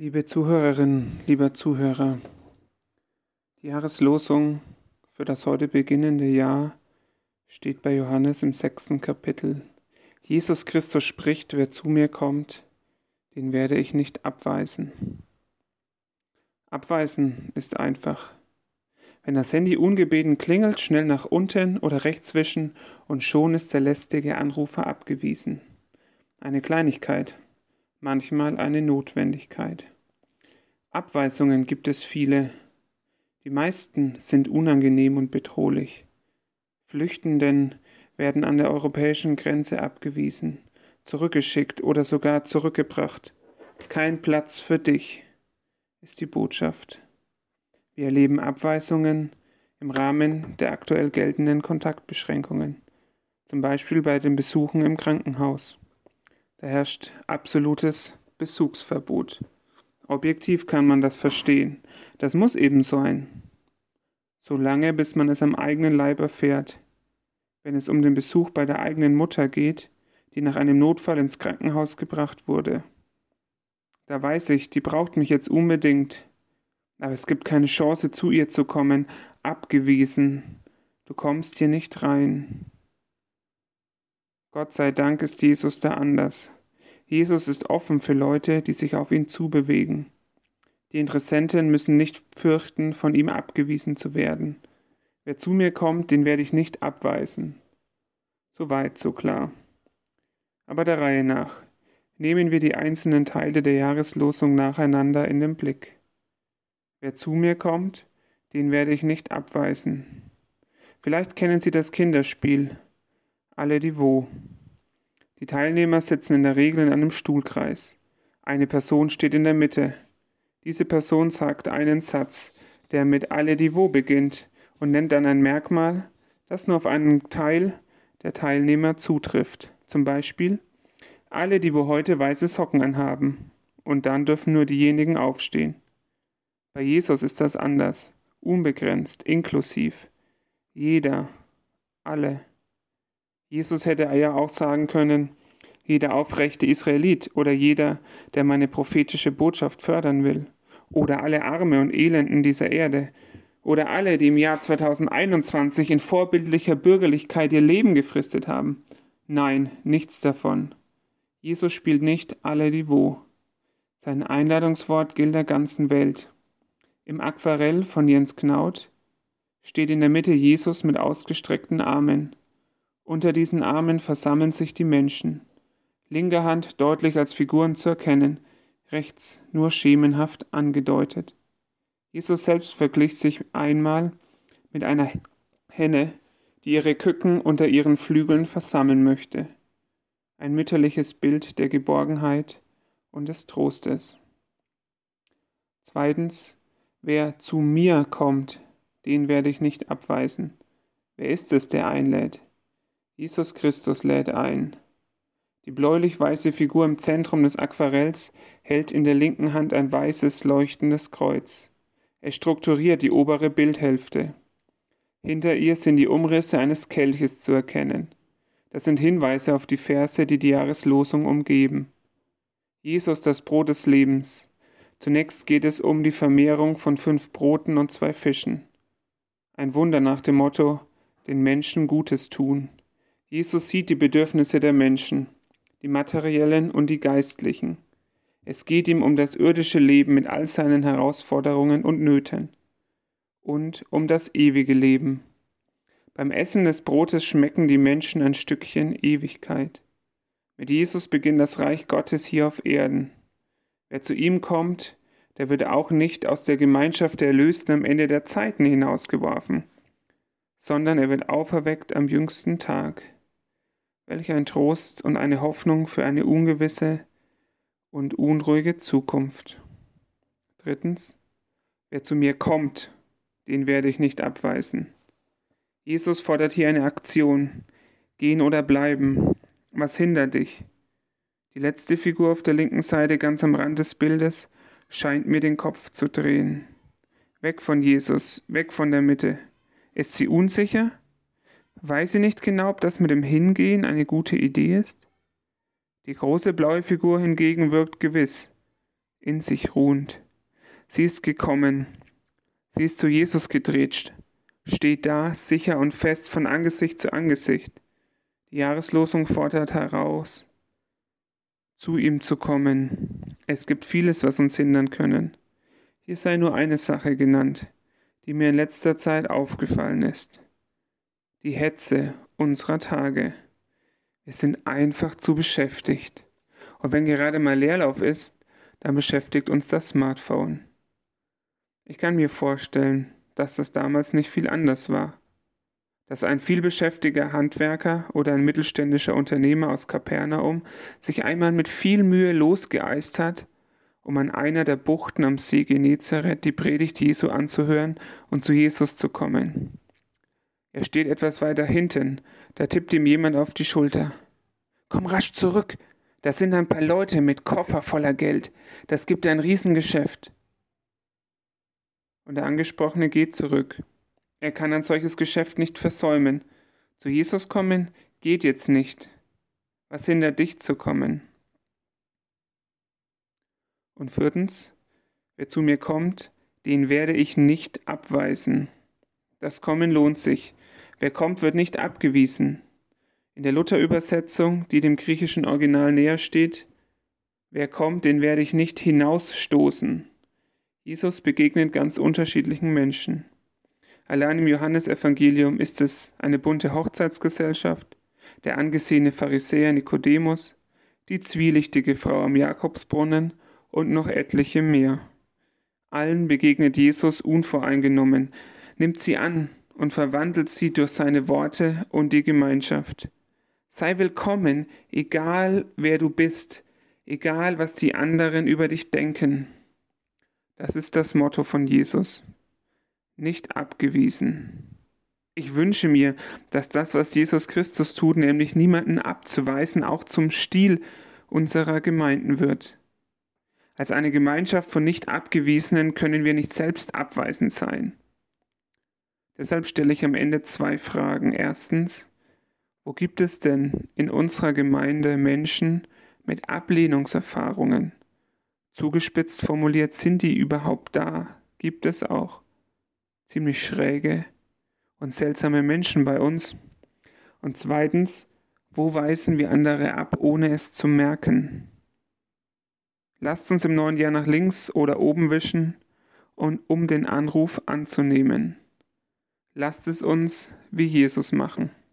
Liebe Zuhörerinnen, lieber Zuhörer, die Jahreslosung für das heute beginnende Jahr steht bei Johannes im 6. Kapitel. Jesus Christus spricht: Wer zu mir kommt, den werde ich nicht abweisen. Abweisen ist einfach. Wenn das Handy ungebeten klingelt, schnell nach unten oder rechts wischen und schon ist der lästige Anrufer abgewiesen. Eine Kleinigkeit, manchmal eine Notwendigkeit. Abweisungen gibt es viele. Die meisten sind unangenehm und bedrohlich. Flüchtenden werden an der europäischen Grenze abgewiesen, zurückgeschickt oder sogar zurückgebracht. Kein Platz für dich, ist die Botschaft. Wir erleben Abweisungen im Rahmen der aktuell geltenden Kontaktbeschränkungen, zum Beispiel bei den Besuchen im Krankenhaus. Da herrscht absolutes Besuchsverbot. Objektiv kann man das verstehen. Das muss eben sein. Solange, bis man es am eigenen Leib erfährt. Wenn es um den Besuch bei der eigenen Mutter geht, die nach einem Notfall ins Krankenhaus gebracht wurde. Da weiß ich, die braucht mich jetzt unbedingt. Aber es gibt keine Chance, zu ihr zu kommen. Abgewiesen. Du kommst hier nicht rein. Gott sei Dank ist Jesus da anders. Jesus ist offen für Leute, die sich auf ihn zubewegen. Die Interessenten müssen nicht fürchten, von ihm abgewiesen zu werden. Wer zu mir kommt, den werde ich nicht abweisen. So weit, so klar. Aber der Reihe nach. Nehmen wir die einzelnen Teile der Jahreslosung nacheinander in den Blick. Wer zu mir kommt, den werde ich nicht abweisen. Vielleicht kennen Sie das Kinderspiel Alle die Wo. Die Teilnehmer sitzen in der Regel in einem Stuhlkreis. Eine Person steht in der Mitte. Diese Person sagt einen Satz, der mit Alle die Wo beginnt und nennt dann ein Merkmal, das nur auf einen Teil der Teilnehmer zutrifft. Zum Beispiel: Alle, die wo heute weiße Socken anhaben. Und dann dürfen nur diejenigen aufstehen. Bei Jesus ist das anders, unbegrenzt, inklusiv. Jeder, alle. Jesus hätte ja auch sagen können: Jeder aufrechte Israelit oder jeder, der meine prophetische Botschaft fördern will. Oder alle Arme und Elenden dieser Erde. Oder alle, die im Jahr 2021 in vorbildlicher Bürgerlichkeit ihr Leben gefristet haben. Nein, nichts davon. Jesus spielt nicht alle die Wo. Sein Einladungswort gilt der ganzen Welt. Im Aquarell von Jens Knaut steht in der Mitte Jesus mit ausgestreckten Armen. Unter diesen Armen versammeln sich die Menschen. Linke Hand deutlich als Figuren zu erkennen, rechts nur schemenhaft angedeutet. Jesus selbst verglich sich einmal mit einer Henne, die ihre Küken unter ihren Flügeln versammeln möchte. Ein mütterliches Bild der Geborgenheit und des Trostes. Zweitens: Wer zu mir kommt, den werde ich nicht abweisen. Wer ist es, der einlädt? Jesus Christus lädt ein. Die bläulich-weiße Figur im Zentrum des Aquarells hält in der linken Hand ein weißes, leuchtendes Kreuz. Es strukturiert die obere Bildhälfte. Hinter ihr sind die Umrisse eines Kelches zu erkennen. Das sind Hinweise auf die Verse, die die Jahreslosung umgeben. Jesus, das Brot des Lebens. Zunächst geht es um die Vermehrung von 5 Broten und 2 Fischen. Ein Wunder nach dem Motto: den Menschen Gutes tun. Jesus sieht die Bedürfnisse der Menschen, die materiellen und die geistlichen. Es geht ihm um das irdische Leben mit all seinen Herausforderungen und Nöten und um das ewige Leben. Beim Essen des Brotes schmecken die Menschen ein Stückchen Ewigkeit. Mit Jesus beginnt das Reich Gottes hier auf Erden. Wer zu ihm kommt, der wird auch nicht aus der Gemeinschaft der Erlösten am Ende der Zeiten hinausgeworfen, sondern er wird auferweckt am jüngsten Tag. Welch ein Trost und eine Hoffnung für eine ungewisse und unruhige Zukunft. Drittens: Wer zu mir kommt, den werde ich nicht abweisen. Jesus fordert hier eine Aktion. Gehen oder bleiben. Was hindert dich? Die letzte Figur auf der linken Seite, ganz am Rand des Bildes, scheint mir den Kopf zu drehen. Weg von Jesus, weg von der Mitte. Ist sie unsicher? Weiß sie nicht genau, ob das mit dem Hingehen eine gute Idee ist? Die große blaue Figur hingegen wirkt gewiss. in sich ruhend. Sie ist gekommen, sie ist zu Jesus gedretscht, steht da, sicher und fest von Angesicht zu Angesicht. Die Jahreslosung fordert heraus, zu ihm zu kommen. Es gibt vieles, was uns hindern können. Hier sei nur eine Sache genannt, die mir in letzter Zeit aufgefallen ist. Die Hetze unserer Tage. Wir sind einfach zu beschäftigt. Und wenn gerade mal Leerlauf ist, dann beschäftigt uns das Smartphone. Ich kann mir vorstellen, dass das damals nicht viel anders war. Dass ein vielbeschäftigter Handwerker oder ein mittelständischer Unternehmer aus Kapernaum sich einmal mit viel Mühe losgeeist hat, um an einer der Buchten am See Genezareth die Predigt Jesu anzuhören und zu Jesus zu kommen. Er steht etwas weiter hinten, da tippt ihm jemand auf die Schulter. Komm rasch zurück, da sind ein paar Leute mit Koffer voller Geld, das gibt ein Riesengeschäft. Und der Angesprochene geht zurück. Er kann ein solches Geschäft nicht versäumen. Zu Jesus kommen geht jetzt nicht. Was hindert dich zu kommen? Und viertens, wer zu mir kommt, den werde ich nicht abweisen. Das Kommen lohnt sich. Wer kommt, wird nicht abgewiesen. In der Luther-Übersetzung, die dem griechischen Original näher steht, wer kommt, den werde ich nicht hinausstoßen. Jesus begegnet ganz unterschiedlichen Menschen. Allein im Johannesevangelium ist es eine bunte Hochzeitsgesellschaft, der angesehene Pharisäer Nikodemus, die zwielichtige Frau am Jakobsbrunnen und noch etliche mehr. Allen begegnet Jesus unvoreingenommen, nimmt sie an und verwandelt sie durch seine Worte und die Gemeinschaft. Sei willkommen, egal wer du bist, egal was die anderen über dich denken. Das ist das Motto von Jesus. Nicht abgewiesen. Ich wünsche mir, dass das, was Jesus Christus tut, nämlich niemanden abzuweisen, auch zum Stil unserer Gemeinden wird. Als eine Gemeinschaft von Nicht-Abgewiesenen können wir nicht selbst abweisend sein. Deshalb stelle ich am Ende 2 Fragen. Erstens, wo gibt es denn in unserer Gemeinde Menschen mit Ablehnungserfahrungen? Zugespitzt formuliert, sind die überhaupt da? Gibt es auch ziemlich schräge und seltsame Menschen bei uns? Und zweitens, wo weisen wir andere ab, ohne es zu merken? Lasst uns im neuen Jahr nach links oder oben wischen, und um den Anruf anzunehmen. Lasst es uns wie Jesus machen.